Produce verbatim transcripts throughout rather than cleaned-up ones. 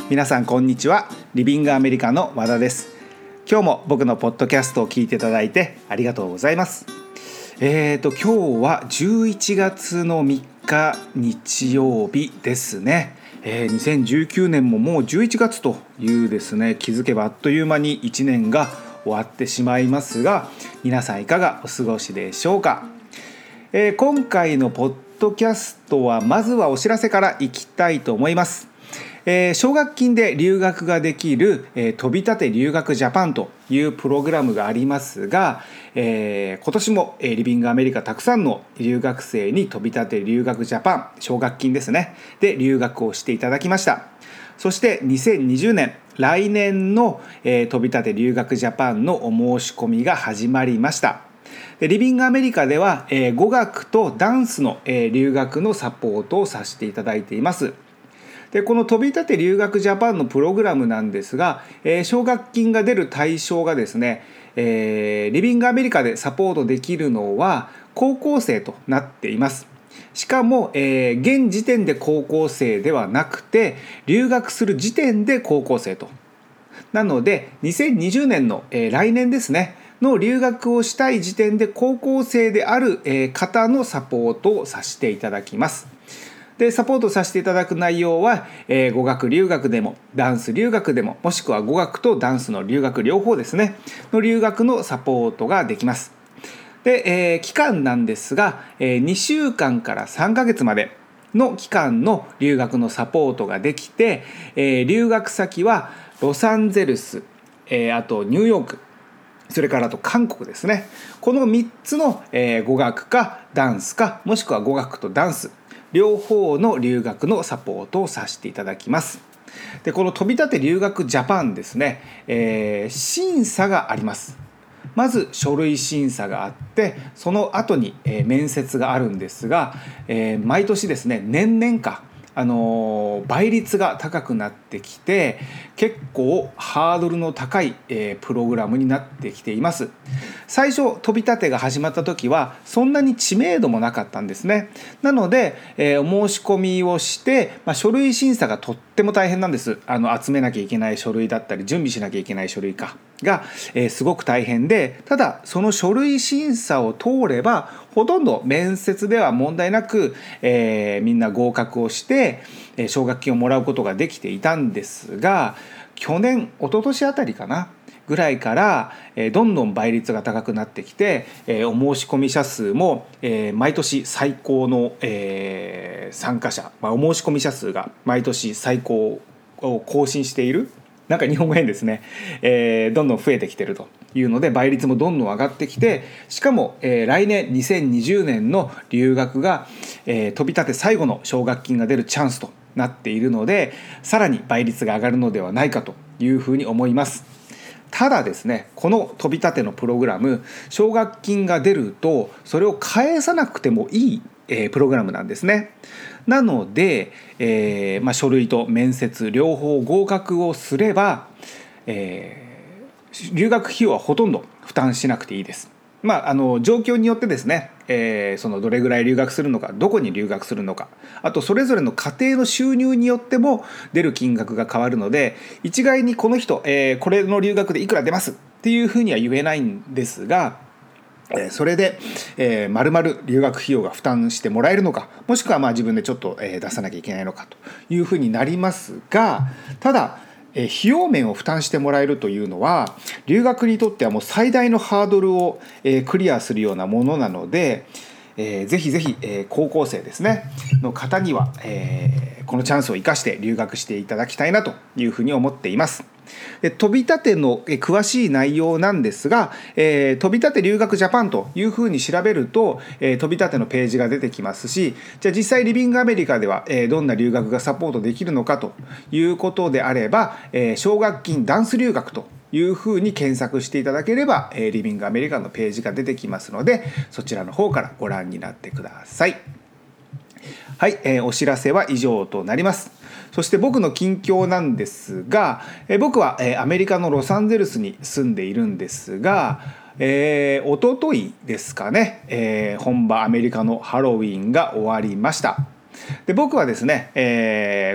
皆さんこんにちは。リビングアメリカの和田です。今日も僕のポッドキャストを聞いていただいてありがとうございます。えーと今日はじゅういちがつのみっか日曜日ですね。えー、にせんじゅうきゅうねんももうじゅういちがつというですね、気づけばあっという間にいちねんが終わってしまいますが、皆さんいかがお過ごしでしょうか。えー、今回のポッドキャストはまずはお知らせからいきたいと思います。えー、奨学金で留学ができる、えー、飛び立て留学ジャパンというプログラムがありますが、えー、今年も、えー、リビングアメリカたくさんの留学生に飛び立て留学ジャパン奨学金ですねで留学をしていただきました。そしてにせんにじゅうねん来年の、えー、飛び立て留学ジャパンのお申し込みが始まりました。でリビングアメリカでは、えー、語学とダンスの、えー、留学のサポートをさせていただいています。でこの飛び立て留学ジャパンのプログラムなんですが、えー、奨学金が出る対象がですね、えー、リビングアメリカでサポートできるのは高校生となっています。しかも、えー、現時点で高校生ではなくて留学する時点で高校生と。なのでにせんにじゅうねんの、えー、来年ですねの留学をしたい時点で高校生である、えー、方のサポートをさせていただきます。でサポートさせていただく内容は、えー、語学留学でもダンス留学でももしくは語学とダンスの留学両方ですねの留学のサポートができます。で、えー、期間なんですが、えー、にしゅうかんからさんかげつまでの期間の留学のサポートができて、えー、留学先はロサンゼルス、えー、あとニューヨーク、それからあと韓国ですね。このみっつの、えー、語学かダンスかもしくは語学とダンス両方の留学のサポートをさせていただきます。でこの飛び立て留学ジャパンですね、えー、審査があります。まず書類審査があってその後に、えー、面接があるんですが、えー、毎年ですね年々かあの倍率が高くなってきて結構ハードルの高い、えー、プログラムになってきています。最初飛び立てが始まった時はそんなに知名度もなかったんですね。なので、えー、お申し込みをして、まあ、書類審査がとっても大変なんです。あの集めなきゃいけない書類だったり準備しなきゃいけない書類かが、えー、すごく大変で、ただその書類審査を通ればほとんど面接では問題なく、えー、みんな合格をして奨学金をもらうことができていたんですが、去年一昨年あたりかなぐらいから、えー、どんどん倍率が高くなってきて、えー、お申し込み者数も、えー、毎年最高の、えー、参加者、まあ、お申し込み者数が毎年最高を更新している、なんか日本語変ですね、えー、どんどん増えてきているというので倍率もどんどん上がってきて、しかも、えー、来年にせんにじゅうねんの留学が、えー、飛び立て最後の奨学金が出るチャンスとなっているので、さらに倍率が上がるのではないかというふうに思います。ただですね、この飛び立てのプログラム、奨学金が出るとそれを返さなくてもいい、えー、プログラムなんですね。なので、えーまあ、書類と面接両方合格をすれば、えー、留学費用はほとんど負担しなくていいです。まあ、あの状況によってですね、えー、そのどれぐらい留学するのか、どこに留学するのか、あとそれぞれの家庭の収入によっても出る金額が変わるので、一概にこの人、えー、これの留学でいくら出ますっていうふうには言えないんですが、それで、えー、丸々留学費用が負担してもらえるのか、もしくはまあ自分でちょっと、えー、出さなきゃいけないのかというふうになりますが、ただ費用面を負担してもらえるというのは留学にとってはもう最大のハードルをクリアするようなものなので、えー、ぜひぜひ高校生ですねの方には、えー、このチャンスを生かして留学していただきたいなというふうに思っています。で飛び立ての詳しい内容なんですが、えー、飛び立て留学ジャパンというふうに調べると、えー、飛び立てのページが出てきますし、じゃあ実際リビングアメリカでは、えー、どんな留学がサポートできるのかということであれば、えー、奨学金ダンス留学というふうに検索していただければ、えー、リビングアメリカのページが出てきますので、そちらの方からご覧になってください。はい、えー、お知らせは以上となります。そして僕の近況なんですが、えー、僕は、えー、アメリカのロサンゼルスに住んでいるんですが、えー、一昨日ですかね、えー、本場アメリカのハロウィンが終わりました。で僕はですね、えー、こ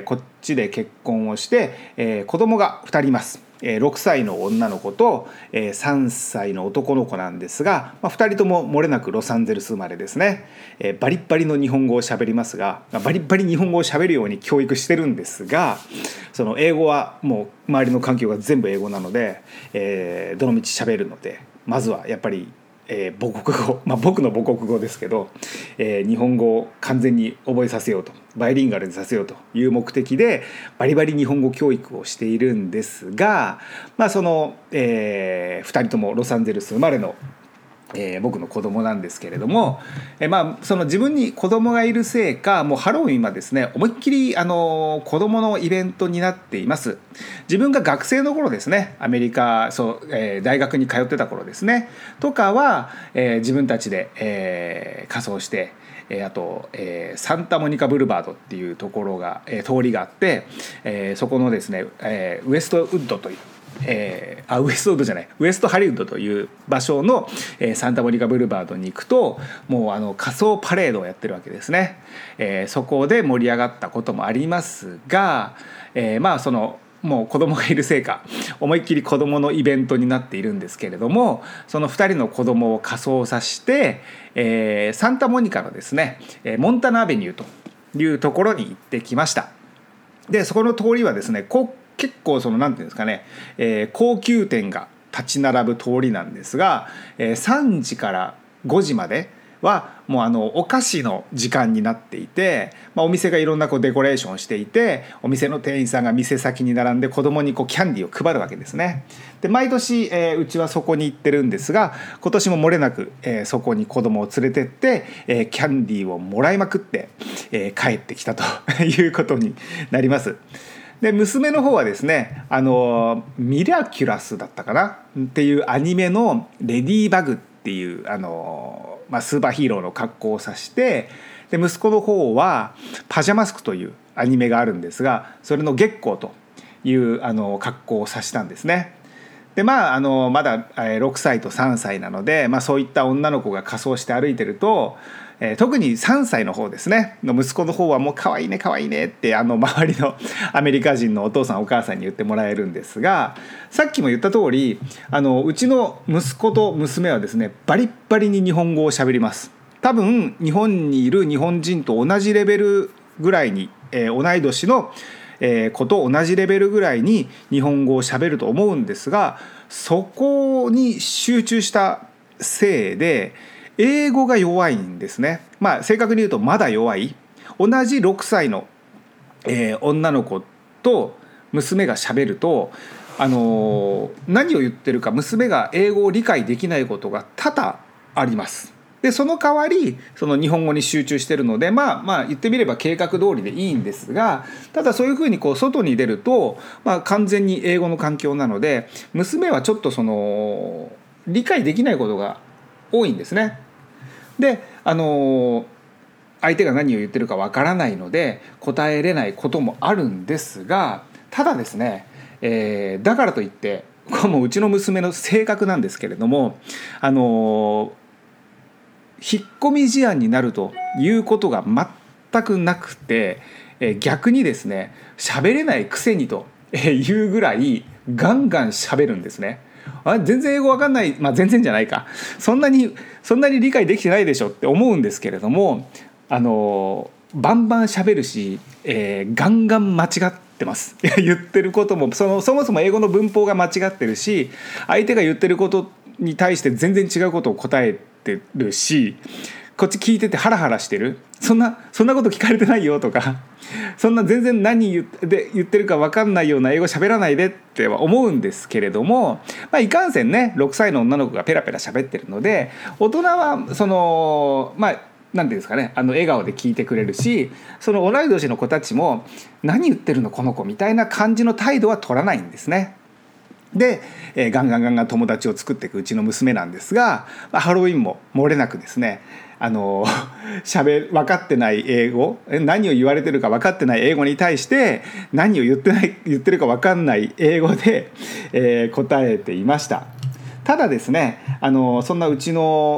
ちで結婚をして、えー、子供がふたりいます。ろくさいの女の子とさんさいの男の子なんですが、まあ、ふたりとも漏れなくロサンゼルス生まれですね。バリッバリの日本語を喋りますが、バリッバリ日本語を喋るように教育してるんですが、その英語はもう周りの環境が全部英語なので、えー、どの道喋るので、まずはやっぱりえー、母国語、まあ、僕の母国語ですけど、えー、日本語を完全に覚えさせようと、バイリンガルにさせようという目的でバリバリ日本語教育をしているんですが、まあそのえー、ふたりともロサンゼルス生まれのえー、僕の子供なんですけれども、えー、まあその自分に子供がいるせいか、もうハロウィンはですね、思いっきりあの子供のイベントになっています。自分が学生の頃ですね、アメリカそう、えー、大学に通ってた頃ですねとかは、えー、自分たちで、えー、仮装して、えー、あと、えー、サンタモニカブルバードっていうところが、えー、通りがあって、えー、そこのですね、えー、ウエストウッドというえー、あウエストウッドじゃないウエストハリウッドという場所の、えー、サンタモニカブルバードに行くと、もうあの仮装パレードをやってるわけですね。えー、そこで盛り上がったこともありますが、えー、まあそのもう子供がいるせいか思いっきり子供のイベントになっているんですけれども、そのふたりの子供を仮装させて、えー、サンタモニカのですねモンタナアベニューというところに行ってきました。でそこの通りはですね、こ結構そのなんていうんですかね、えー、高級店が立ち並ぶ通りなんですが、えー、さんじからごじまではもうあのお菓子の時間になっていて、まあ、お店がいろんなこうデコレーションしていて、お店の店員さんが店先に並んで子供にこうキャンディーを配るわけですね。で毎年、えー、うちはそこに行ってるんですが、今年も漏れなく、えー、そこに子供を連れてって、えー、キャンディーをもらいまくって、えー、帰ってきたということになります。で娘の方はですね、あのミラキュラスだったかなっていうアニメのレディーバグっていうあの、まあ、スーパーヒーローの格好をさして、で息子の方はパジャマスクというアニメがあるんですが、それの月光というあの格好をさしたんですね。でまあ、あのまだろくさいとさんさいなので、まあ、そういった女の子が仮装して歩いてると、えー、特にさんさいの方ですねの息子の方はもう可愛いね可愛いねってあの周りのアメリカ人のお父さんお母さんに言ってもらえるんですが、さっきも言った通りあのうちの息子と娘はですねバリッバリに日本語を喋ります。多分日本にいる日本人と同じレベルぐらいに、えー、同い年のえー、子と同じレベルぐらいに日本語を喋ると思うんですが、そこに集中したせいで英語が弱いんですね。まあ正確に言うとまだ弱い。同じろくさいの、えー、女の子と娘が喋ると、あのー、何を言ってるか娘が英語を理解できないことが多々あります。でその代わりその日本語に集中してるので、まあまあ言ってみれば計画通りでいいんですが、ただそういうふうにこう外に出ると、まあ、完全に英語の環境なので娘はちょっとその理解できないことが多いんですね。であの相手が何を言ってるかわからないので答えれないこともあるんですが、ただですね、えー、だからといってこれもうちの娘の性格なんですけれども、あの引っ込み思案になるということが全くなくて、逆にですね喋れないくせにというぐらいガンガン喋るんですね。あ全然英語わかんない、まあ全然じゃないか、そんなにそんなに理解できてないでしょって思うんですけれども、あのバンバン喋るし、えー、ガンガン間違ってます言ってることもそのそもそも英語の文法が間違ってるし、相手が言ってることに対して全然違うことを答えてるし、こっち聞いててハラハラしてる、そんなそんなこと聞かれてないよとか、そんな全然何言って言ってるか分かんないような英語喋らないでっては思うんですけれども、まあ、いかんせんねろくさいの女の子がペラペラ喋ってるので、大人はそのまあなんていうんですかね、あの笑顔で聞いてくれるし、その同い年の子たちも何言ってるのこの子みたいな感じの態度は取らないんですね。で、えー、ガンガンガンガン友達を作っていくうちの娘なんですが、まあ、ハロウィンも漏れなくですね、あのしゃべ分かってない英語、何を言われてるか分かってない英語に対して何を言ってない言ってるか分かんない英語で、えー、答えていました。ただですね、あのそんなうちの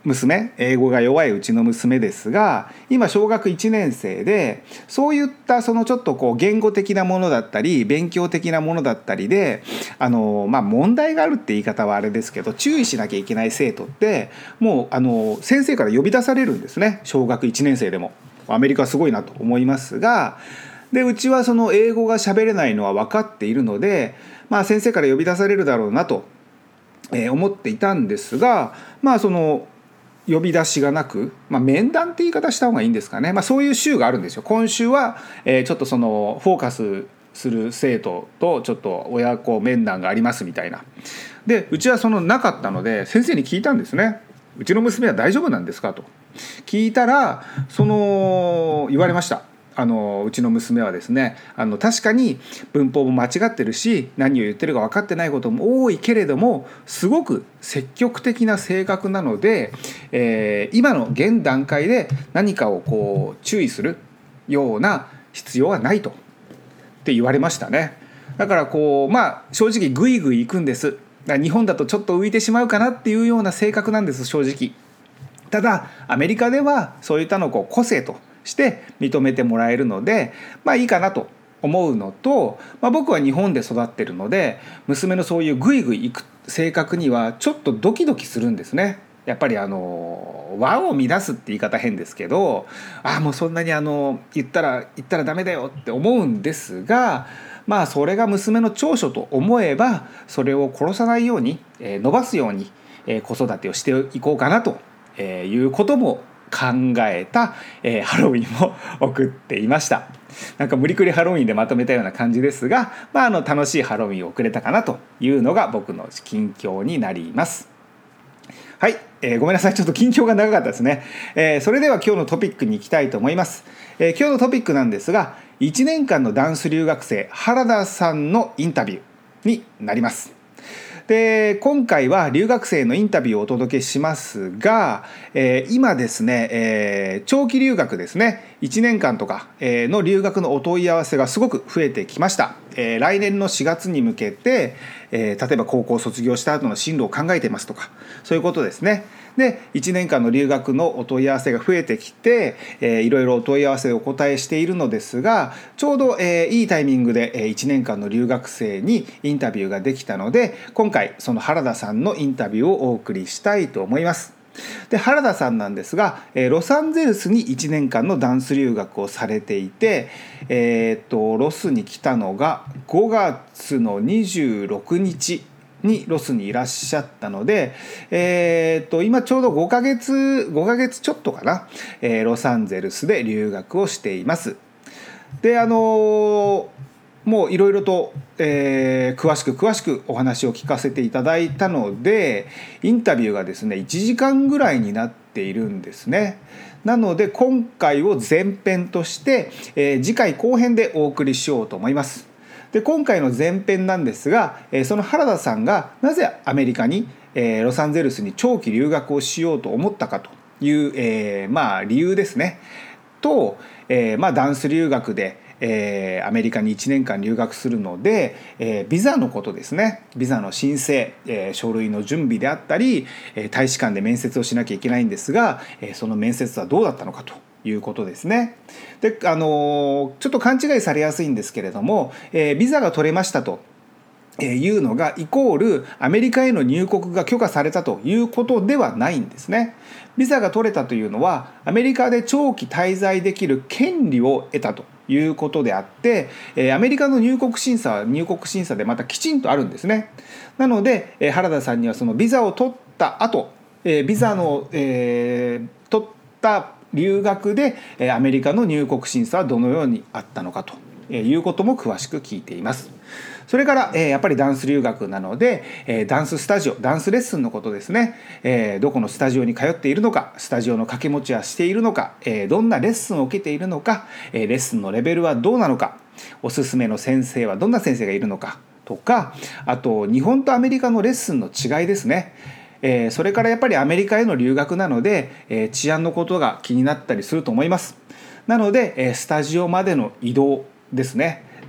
娘、英語が弱いうちの娘ですが、今小学いちねん生で、そういったそのちょっとこう言語的なものだったり勉強的なものだったりで、あのまあ問題があるって言い方はあれですけど、注意しなきゃいけない生徒ってもうあの先生から呼び出されるんですね。小学いちねん生でも。アメリカすごいなと思いますが、でうちはその英語が喋れないのは分かっているので、まあ先生から呼び出されるだろうなと思っていたんですが、まあその呼び出しがなく、まあ、面談って言い方した方がいいんですかね、まあ、そういう週があるんですよ。今週は、えー、ちょっとそのフォーカスする生徒とちょっと親子面談がありますみたいな。でうちはそのなかったので先生に聞いたんですね。うちの娘は大丈夫なんですかと聞いたら、その言われました。あのうちの娘はですね、あの確かに文法も間違ってるし、何を言ってるか分かってないことも多いけれども、すごく積極的な性格なので、えー、今の現段階で何かをこう注意するような必要はないとって言われましたね。だからこうまあ正直グイグイ行くんです。だから日本だとちょっと浮いてしまうかなっていうような性格なんです、正直。ただアメリカではそういったのをこう個性として認めてもらえるので、まあいいかなと思うのと、まあ、僕は日本で育ってるので、娘のそういうグイグイ行く性格にはちょっとドキドキするんですね。やっぱりあの和を乱すって言い方変ですけど、ああもうそんなにあの言ったら言ったらダメだよって思うんですが、まあそれが娘の長所と思えば、それを殺さないように、えー、伸ばすように、えー、子育てをしていこうかなということも考えた、えー、ハロウィンを送っていました。なんか無理くりハロウィンでまとめたような感じですが、まあ、あの楽しいハロウィンを送れたかなというのが僕の近況になります。はい、えー、ごめんなさい、ちょっと近況が長かったですね。えー、それでは今日のトピックに行きたいと思います。えー、今日のトピックなんですが、いちねんかんのダンス留学生原田さんのインタビューになります。で今回は留学生のインタビューをお届けしますが、えー、今ですね、えー、長期留学ですね、いちねんかんとかの留学のお問い合わせがすごく増えてきました。えー、来年のしがつに向けて、えー、例えば高校卒業した後の進路を考えていますとか、そういうことですね。でいちねんかんの留学のお問い合わせが増えてきて、えー、いろいろお問い合わせをお答えしているのですが、ちょうど、えー、いいタイミングで、えー、いちねんかんの留学生にインタビューができたので、今回その原田さんのインタビューをお送りしたいと思います。で原田さんなんですが、えー、ロサンゼルスにいちねんかんのダンス留学をされていて、えー、っとロスに来たのがごがつのにじゅうろくにちにロスにいらっしゃったので、えー、と今ちょうどごかげつごかげつちょっとかな、えー、ロサンゼルスで留学をしています。であのー、もういろいろと、えー、詳しく詳しくお話を聞かせていただいたので、インタビューがですねいちじかんぐらいになっているんですね。なので今回を前編として、えー、次回後編でお送りしようと思います。で今回の前編なんですが、その原田さんがなぜアメリカにロサンゼルスに長期留学をしようと思ったかという、えー、まあ理由ですねと、えー、まあダンス留学で、えー、アメリカにいちねんかん留学するので、えー、ビザのことですね、ビザの申請、えー、書類の準備であったり、えー、大使館で面接をしなきゃいけないんですが、えー、その面接はどうだったのかということですね。で、あのちょっと勘違いされやすいんですけれども、えー、ビザが取れましたというのがイコールアメリカへの入国が許可されたということではないんですね。ビザが取れたというのはアメリカで長期滞在できる権利を得たということであって、アメリカの入国審査は入国審査でまたきちんとあるんですね。なので原田さんにはそのビザを取った後、ビザの、えー、取った留学でアメリカの入国審査はどのようにあったのかということも詳しく聞いています。それからやっぱりダンス留学なのでダンススタジオ、ダンスレッスンのことですね。どこのスタジオに通っているのか、スタジオの掛け持ちはしているのか、どんなレッスンを受けているのか、レッスンのレベルはどうなのか、おすすめの先生はどんな先生がいるのかとか、あと日本とアメリカのレッスンの違いですね。それからやっぱりアメリカへの留学なので治安のことが気になったりすると思います。なのでスタジオまでの移動ですね。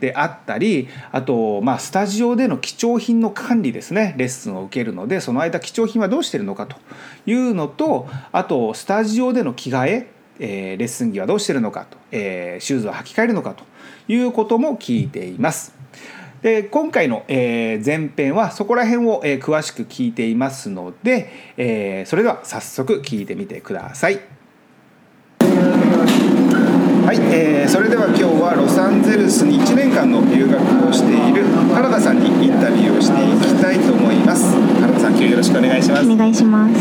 であったり、あと、まあ、スタジオでの貴重品の管理ですね。レッスンを受けるので、その間貴重品はどうしてるのかというのと、あとスタジオでの着替え、えー、レッスン着はどうしてるのかと、えー、シューズは履き替えるのかということも聞いています。で今回の、えー、前編はそこら辺を、えー、詳しく聞いていますので、えー、それでは早速聞いてみてください。はい、えー、それでは今日はロサンゼルスにいちねんかんの留学をしている原田さんにインタビューをしていきたいと思います。原田さん、今日よろしくお願いします。 お願いします。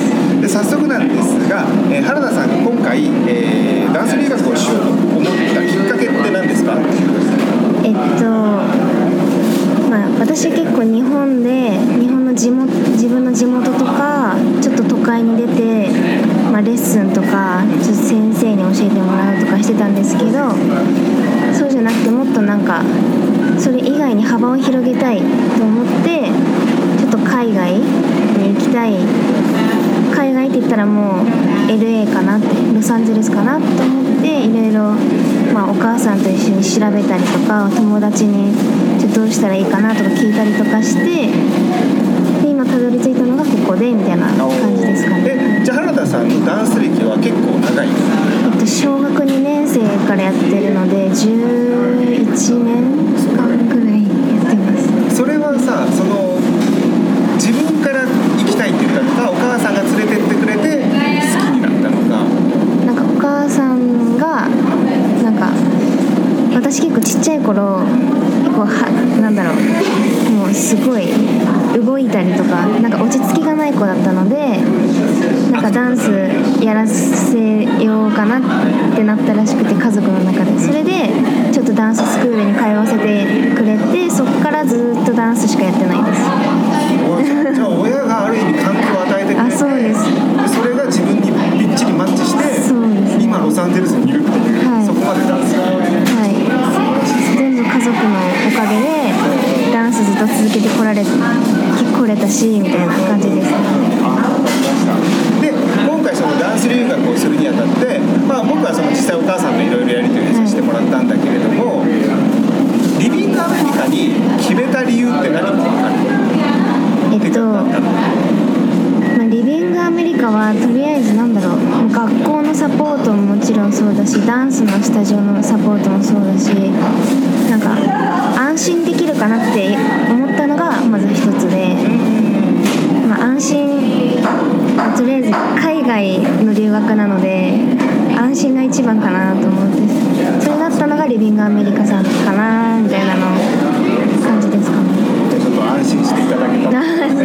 で早速なんですが、えー、原田さんが今回、えー、ダンス留学をしようと思ったきっかけって何ですか？ えっとまあ、私結構日本で日本の地元自分の地元とかちょっと都会に出て、まあ、レッスンとかちょっと先生に教えてもらうとかしてたんですけど、そうじゃなくてもっとなんかそれ以外に幅を広げたいと思って、ちょっと海外に行きたい。海外って言ったらもう エルエー かなって、ロサンゼルスかなと思っていろいろ、まあ、お母さんと一緒に調べたりとか、友達にちょっとどうしたらいいかなとか聞いたりとかして、で今たどり着いたのがここでみたいな感じですかね。 えじゃあ原田さんのダンス歴は結構長いんですか？ えっと、小学にねん生からやってるのでじゅういちねんかんぐらいやってます。 それはさ、その自分から行きたいって言ったのか、お母さんが連れてってくれて好きになったのか。 なんかお母さんがなんか私結構ちっちゃい頃結構はなんだろうもうすごい動いたりとかなんか落ち着きがない子だったので、なんかダンスやらせようかなってなったらしくて、家族の中で。それでちょっとダンススクールに通わせてくれて、そこからずっとダンスしかやってないです。 じゃあ親がある意味環境を与えてくれて、 あ、そうです。 でそれが自分にぴっちりマッチして、 そうです、ね、今ロサンゼルスにいるっていう、はい、そこまでダンスが、 はい、全部家族のおかげでダンスずっと続けてこられ来れたしみたいな感じです。 で今回そのダンス留学をするにあたって、まあ、僕はその実際お母さんといろいろやり取りさせてもらったんだけれども、はい、リビングアメリカに決めた理由って何か分かる？ えっと、まあ、リビングアメリカはとりあえずなんだろう、学校のサポートももちろんそうだし、ダンスのスタジオのサポートもそうだし、なんか安心できるかなって思ったのがまず一つで、まあ、安心、とりあえず海外の留学なので安心が一番かなと思って、それだったのがリビングアメリカさんかなみたいなの感じですかね。 ちょっと安心していただけた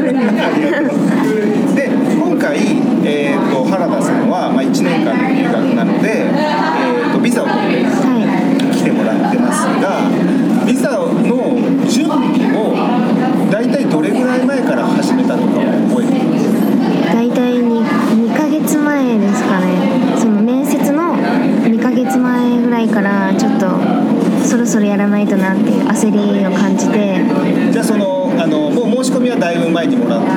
で今回、えー、と原田さんは、まあ、いちねんかんの留学なので、えー、とビザを取って来てもらってますが、ビザの準備をだいたいどれぐらい前から始めたのか覚えています？ だいたい 2, にかげつまえですかね。その面接のにかげつまえぐらいからちょっとそろそろやらないとなっていう焦りを感じて。 じゃあそのあのもう申し込みはだいぶ前にもらって、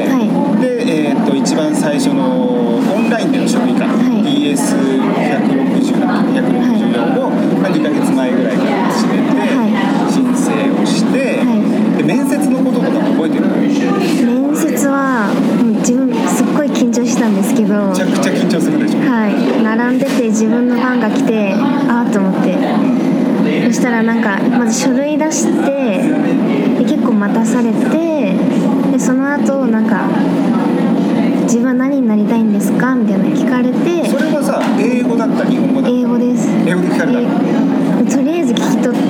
はい、で、えー、と一番最初のオンラインでの書類か、はい、ディーエスひゃくろくじゅう ひゃくろくじゅうよんを、まあ、にかげつまえぐらいから始めて、はい、申請をして、はい、で面接のこととか覚えてる？ 面接は自分すっごい緊張したんですけど、 めちゃくちゃ緊張するでしょ。 はい、並んでて自分の番が来て、あーと思って、そしたらなんかまず書類出して、で結構待たされて、でその後なんか自分は何になりたいんですかみたいな聞かれて。 それはさ、英語だった日本語だった？英語です。 英語で聞かれた、えー、とりあえず聞き取って、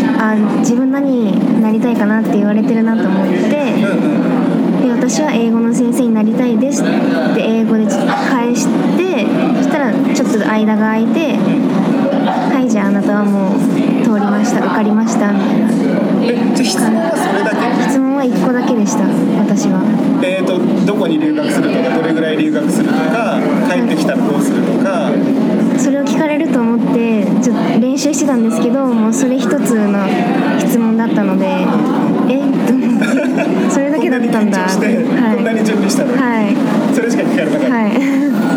あ、自分何になりたいかなって言われてるなと思って、うんうん、で私は英語の先生になりたいですって英語でちょっと返して、そしたらちょっと間が空いて、はい、じゃああなたはもう通りました、受かりましたみたいな。 え、じゃあ質問はそれだけ？ 質問はいっこだけでした、私は。 えーと、どこに留学するとか、どれぐらい留学するとか、帰ってきたらどうするとか、 それを聞かれると思ってちょっと練習してたんですけど、もうそれ一つの質問だったので、えっと思ってそれだけだったんだ。 こんなに緊張して、はい、こんなに準備したのに、はい、それしか聞かれなかった、はい、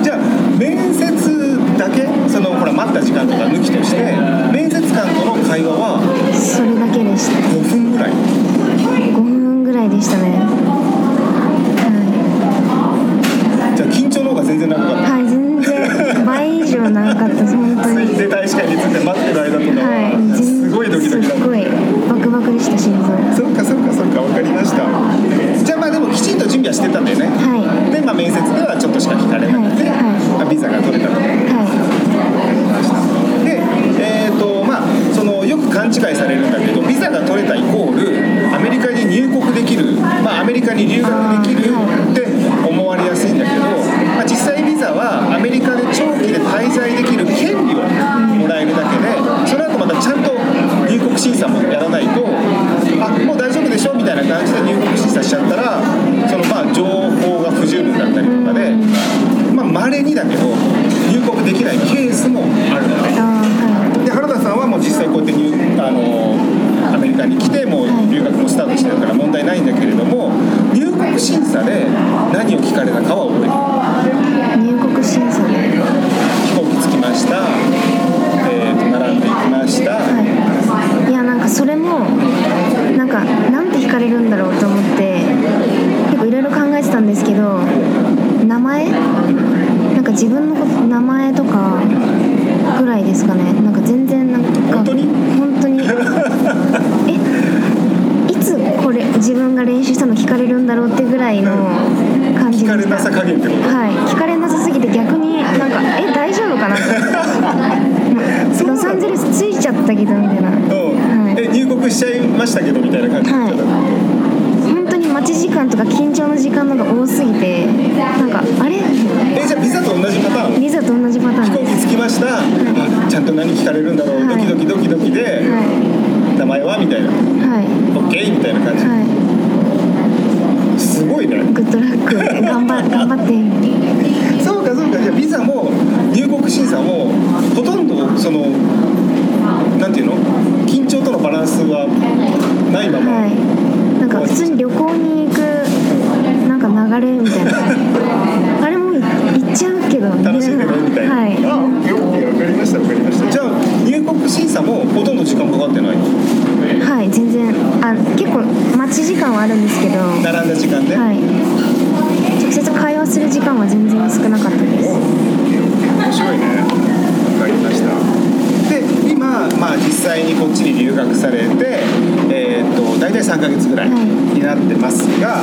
じゃあ面接だけ、そのほら待った時間とか抜きとして面接官との会話はそれだけぐらい？ ごふんぐらいでしたね。はい、 じゃあ緊張の方が全然長かった？ はい、全然倍以上長かったです本当に。 で大使館について待ってる間とかは、はい、すごいドキドキだった。 すごいバクバクでした心臓。 そっかそっかそっか、分かりました。じゃあまあでもきちんと準備はしてたんだよね。 はい。 で、まあ、面接ではちょっとしか聞かれなくて、はいはい、まあ、ビザが取れたと。はい。で、えーとまあ、そのよく勘違いされるんだけど、ビザが取れたイコールアメリカに入国できる、まあ、アメリカに留学できるって思われやすいんだけど、まあ、実際ビザはアメリカで長期で滞在できる権利をもらえるだけで、その後またちゃんと入国審査もやらないと、あ、もう大丈夫でしょみたいな感じで入国審査しちゃったら、そのまあ情報が不十分だったりとかで、まあ稀にだけど入国できないケースもあるので、で原田さんはもう実際こうやって入あのアメリカに来てもう留学もスタートしてるから問題ないんだけれども、入国審査で何を聞かれたかは覚えてる？ 入国審査で飛行機着きました、えー、と並んでいきました、 はい、いやなんかそれもなんかなんて聞かれるんだろうと思って結構いろいろ考えてたんですけど、名前なんか自分のこと名前とかぐらいですかね。なんか全然なんか本当に本当にえいつこれ自分が練習したの聞かれるんだろうってぐらいの感じでした。 聞かれなさ加減ってこと？ はい、聞かれなさすぎて逆になんかえ大丈夫かなってロサンゼルス着いちゃったけどみたいな、はい、 え入国しちゃいましたけどみたいな感じで、はい、 本当に待ち時間とか緊張の時間のが多すぎてなんかあれえじゃあビザと同じパターン？ ビザと同じパターン飛行機着きました、はい、ちゃんと何聞かれるんだろう、はい、ドキドキドキドキで、はい、名前はみたいな、はい、OK みたいな感じ、はい、すごいね。 グッドラック頑張頑張ってそうかそうか。じゃあビザも入国審査もほとんどそのなんていうの緊張とのバランスはないまま、はい、なんか普通に旅行に行くなんか流れみたいなあれも行っちゃうけど楽しんでるみたいな、はい、あ、分かりました分かりました。じゃあ入国審査もほとんど時間かかってない？ はい、全然あ結構待ち時間はあるんですけど、 並んだ時間で、 はい、直接会話する時間は全然少なかったです。 面白いね。分かりました。で今、まあ、実際にこっちに留学されて、えー、と大体さんかげつぐらいになってますが、はい、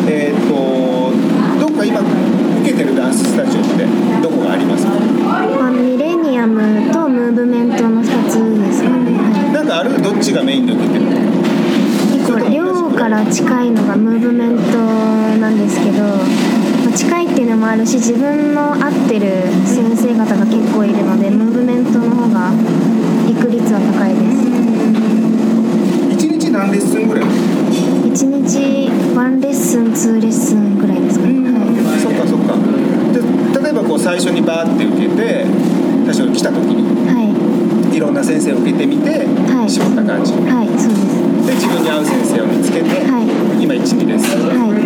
えー、とどこか今受けてるダンススタジオってどこがありますか？ まあ、ミレニアムとムーブメントのふたつですかね、はい、 なんかある？どっちがメインで受けてるの？ 結構寮から近いのがムーブメントなんですけど、まあ、近いっていうのもあるし自分の合ってる先生方が結構いるのでムーブメントの方が行く率は高いです。 いちにち何レッスンぐらい？ いちにちワンレッスンツーレッスンぐらいですかね、はい、 そっかそっか。で例えばこう最初にバーって受けて最初に来た時に、はい、いろんな先生を受けてみて、はい、絞った感じ。 はい、そうです。 で自分に合う先生を見つけて、はい、今いち、にレッスン、はい、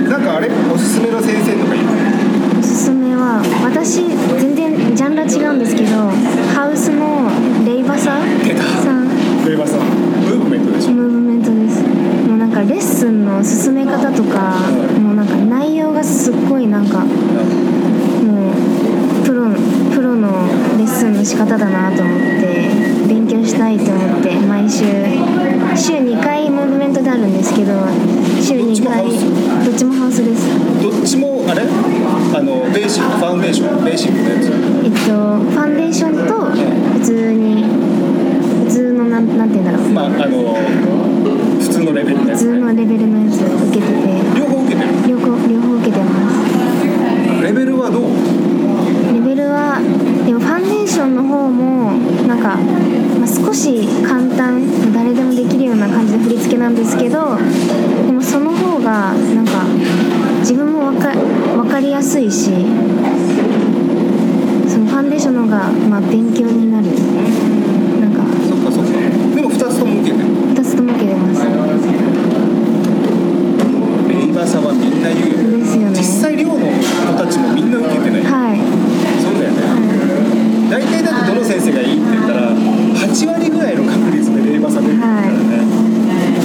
なんかあれおすすめの先生とかいる？ おすすめは私全然ジャンルは違うんですけどハウスのレイバサさん。 レイバサムーブメントでしょ？ ムーブメントです。もうなんかレッスンの進め方とか、うん、もうなんか内容がすっごいなんか、うん、もうプロプロのレッスンの仕方だなと思って勉強したいと思って毎週週にかいムーブメントであるんですけど週にかいどっちもハウスです。 どっちもあれあのベーシックファウンデーションベーシックのやつ、 えっとファンデーションと普通に普通のなんなんていうんだろう、まああの普通のレベルのやつ、 普通のレベルのやつ受けてて両方受けてる？ 両方両方受けてます。 レベルはどう？ レベルはでもファンデーションの方もなんか、まあ、少し簡単誰でもできるような感じの振り付けなんですけどでもその方がなんか自分も分か、分かりやすいしそのファンデーションの方が、まあ、勉強になる。なんかそっかそっか。でもふたつとも受けてる？ ふたつとも受けてます。 レイバーさんはみんな言うよね。 ですよね。 実際寮の子たちもみんな受けてない？はい。そうだよね、はい、大体だってどの先生がいいって言ったらはちわりぐらいの確率でレイバーさん出てくるからね、はい、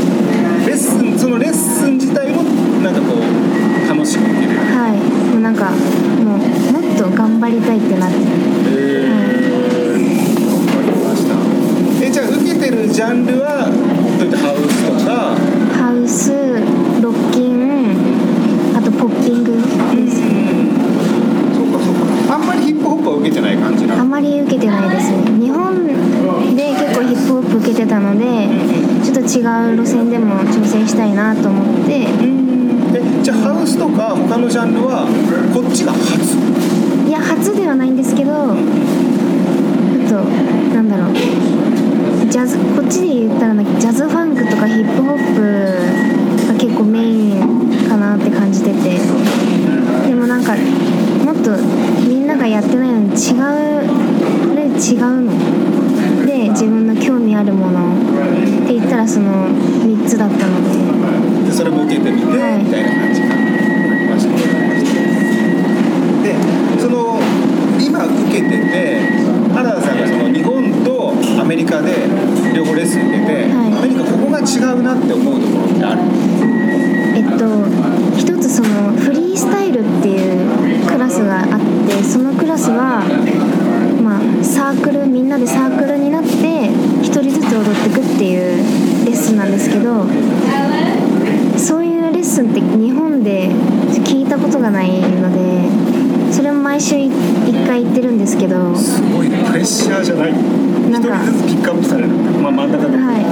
で、ちょっと違う路線でも挑戦したいなと思って。 えじゃあハウスとか他のジャンルはこっちが初？ いや初ではないんですけど、あとなんだろう、ジャズ、こっちで言ったらなんかジャズファンクとかヒップホップが結構メインかなって感じてて、でもなんかもっとみんながやってないのに違うで違うので自分の興味あるものって言ったらそのみっつだったので、 でそれも受けてみて、はい、みたいな感じがありました。でその今受けてて原田さんがその日本とアメリカで両方レッスン受けて、はい、何かここが違うなって思うところってある？ えっと一つそのフリースタイルっていうクラスがあって、そのクラスはまあサークル、みんなでサークルになって一人ずつ踊っていくっていうレッスンなんですけど、そういうレッスンって日本で聞いたことがないので、それも毎週いっかい行ってるんですけど、 すごいね、プレッシャーじゃない、なんか一人ずつピックアップされる、まあ、真ん中で、 はい、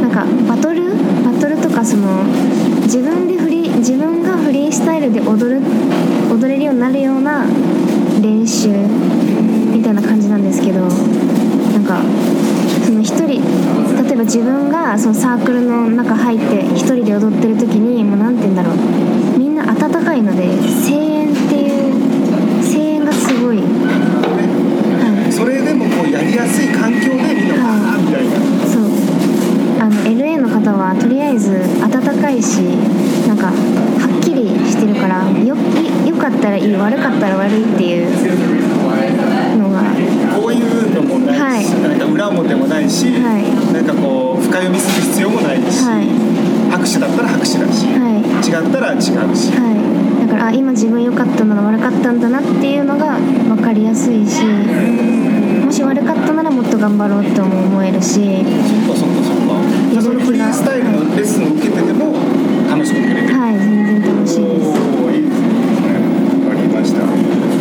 なんかバトルバトルとかその自分でフリー自分がフリースタイルで踊る踊れるようになるような練習みたいな感じなんですけど、なんかその一人、例えば自分がそのサークルの中入って一人で踊ってる時にもうなんて言うんだろう、みんな温かいので声援っていう声援がすごい、はい、 それでもこうやりやすい環境でみんなバーみたいな、 はい、そう、あの エルエー の方はとりあえず温かいし、なんかはっきりしてるから、よ、よかったらいい、悪かったら悪いっていうのが、 こういうのもないし、はい、なんか裏表もないし、はい、なんかこう深読みする必要もないし、はい、拍手だったら拍手だし、はい、違ったら違うし、はい、だからあ今自分良かったのが悪かったんだなっていうのが分かりやすいし、もし悪かったならもっと頑張ろうって思えるし、そっかそっかそっか。じゃあそのフリースタイルのレッスンを受けてても楽しく受けれてる？ はい、全然楽しいです。 おー、いいですね。わかりました。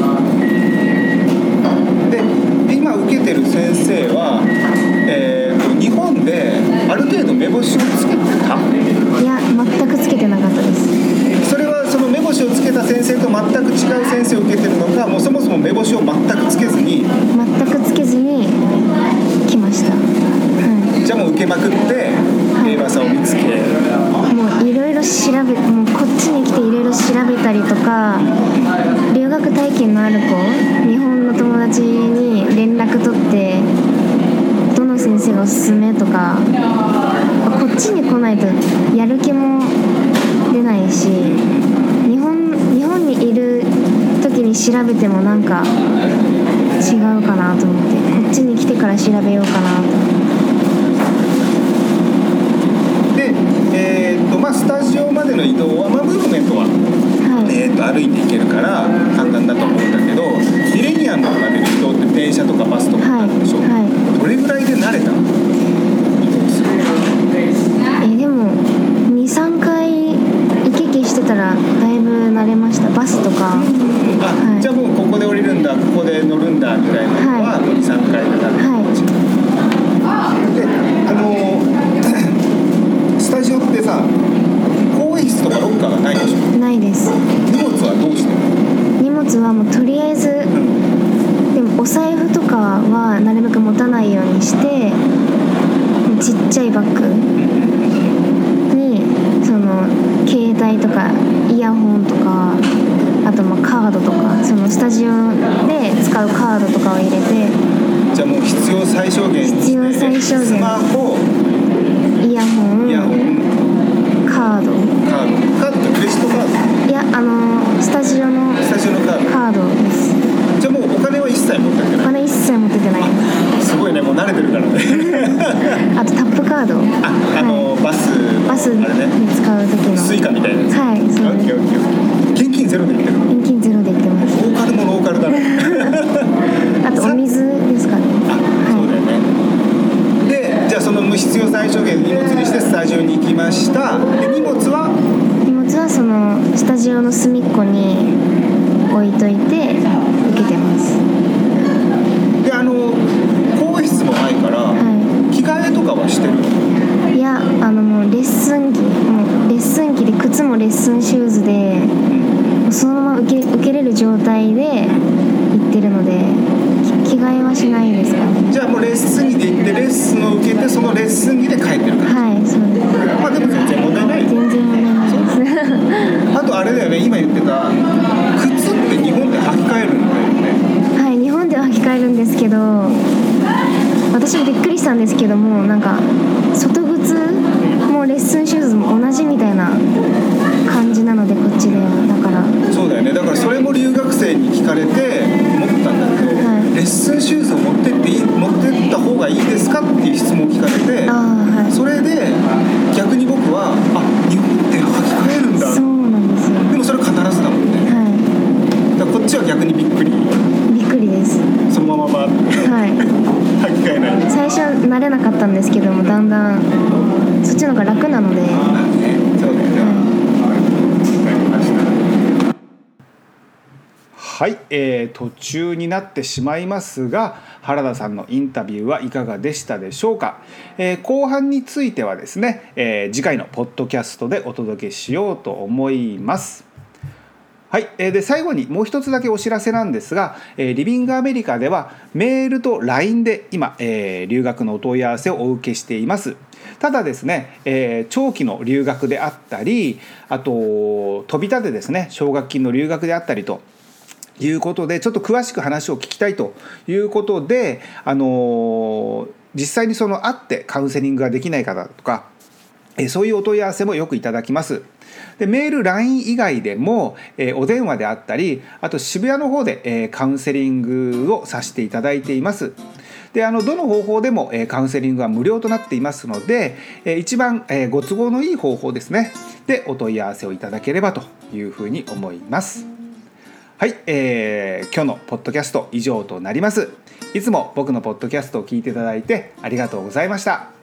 で今受けてる先生は、えー、と日本である程度目星をつけてた？ いや全くつけてなかったです。 それはその目星をつけた先生と全く違う先生を受けてるのか、もうそもそも目星を全くつけずに全くつけずに来ました。はい、 じゃあもう受けまくって平和さを見つけ、 はい、もういろいろ調べ、もうこっちに来ていろいろ調べたりとか、留学体験のある子、日本の友達に連絡取ってどの先生がおすすめとか、こっちに来ないとやる気も出ないし、日本、日本にいる時に調べてもなんか違うかなと思って、こっちに来てから調べようかなと。 で、えーっとまあ、スタジオまでの移動は、まあ、ムーブメントは、はい、えーっと歩いていけるから簡単だと思うんだけど、ミレニアムまでの移動って電車とかバスとかなんでしょう、はいはい、どれぐらいで慣れたの？移動する？ えでも にさんかい行き来してたらだいぶ慣れました。バスとか、あ、 はい、じゃあもうここで降りるんだ、ここで乗るんだみたいなのは、はい、にさんかいで慣れた、はい、で、あのスタジオってさ、更衣室とかロッカーがないでしょ？ないです。荷物はどうしてるの？ 荷物はもうとりあえず、うん、でもお財布とかはなるべく持たないようにして、ちっちゃいバッグにその携帯とかイヤホンとか、あとまあカードとか、そのスタジオで使うカードとかを入れて、 じゃあもう必要最小限にして、 必要最小限、 スマホ、 イヤホン、 イヤホン、 カード、 カード、カードってクレジットカード？ いや、あのスタジオのスタジオのカード、 カードです。 じゃあもうお金は一切持ってってない？ お金一切持ってってない。 すごいね、もう慣れてるからねあとタップカード、 あ、あの、はい、バスバスで使う時のスイカみたいなやつ、 はい、そうです。 オッケーオッケー。現金ゼロで行ってるの？ 現金ゼロで行ってます。 ローカルもローカルだねあとお水ですかね。 あ、はい、そうだよね。で、じゃあその必要最小限荷物にしてスタジオに行きました。で、荷物は荷物はそのスタジオの隅っこに置いといて受けてます。 で、あの更衣室もないから、はい、 着替えとかはしてる？ いや、あのもうレッスン着、もうレッスン着で靴もレッスンシューズで、もうそのまま受け、受けれる状態で行ってるので、着替えはしないですかね。 じゃあもうレッスン着で行ってレッスンを受けて、そのレッスン着で帰ってるから。 はい、そうです。 まあでも全然問題ない。 全然問題ないです。 あとあれだよね、今言ってた靴って日本で履き替えるんだよね。 はい、日本では履き替えるんですけど、私もびっくりしたんですけども、なんか外靴もレッスンシューズも同じみたいな感じなので、こっちでは。だからそうだよね。だからそれも留学生に聞かれて思ったんだけど、はい、レッスンシューズを持ってっていい持ってった方がいいですかっていう質問を聞かれて、 あ、はい、 それで逆に僕はあ、日本って履き替えるんだ。 そうなんですよ。 でもそれは必ずだもんね。 はい、 だからこっちは逆にびっくり。 びっくりです。 そのまま、はい、履き替えない。 最初は慣れなかったんですけども、だんだんそっちの方が楽なので。 あ、ね、そうだよね。はい、えー、途中になってしまいますが、原田さんのインタビューはいかがでしたでしょうか。えー、後半についてはですね、えー、次回のポッドキャストでお届けしようと思います。はい、で最後にもう一つだけお知らせなんですが、リビングアメリカではメールと ライン で今、えー、留学のお問い合わせをお受けしています。ただですね、えー、長期の留学であったり、あと飛び立てですね、奨学金の留学であったりということで、ちょっと詳しく話を聞きたいということで、あのー、実際にその会ってカウンセリングができない方とか、えー、そういうお問い合わせもよくいただきます。でメール、ライン 以外でも、えー、お電話であったり、あと渋谷の方で、えー、カウンセリングをさせていただいています。であのどの方法でも、えー、カウンセリングは無料となっていますので、えー、一番、えー、ご都合のいい方法ですねでお問い合わせをいただければというふうに思います。はい、えー、今日のポッドキャスト以上となります。いつも僕のポッドキャストを聞いていただいてありがとうございました。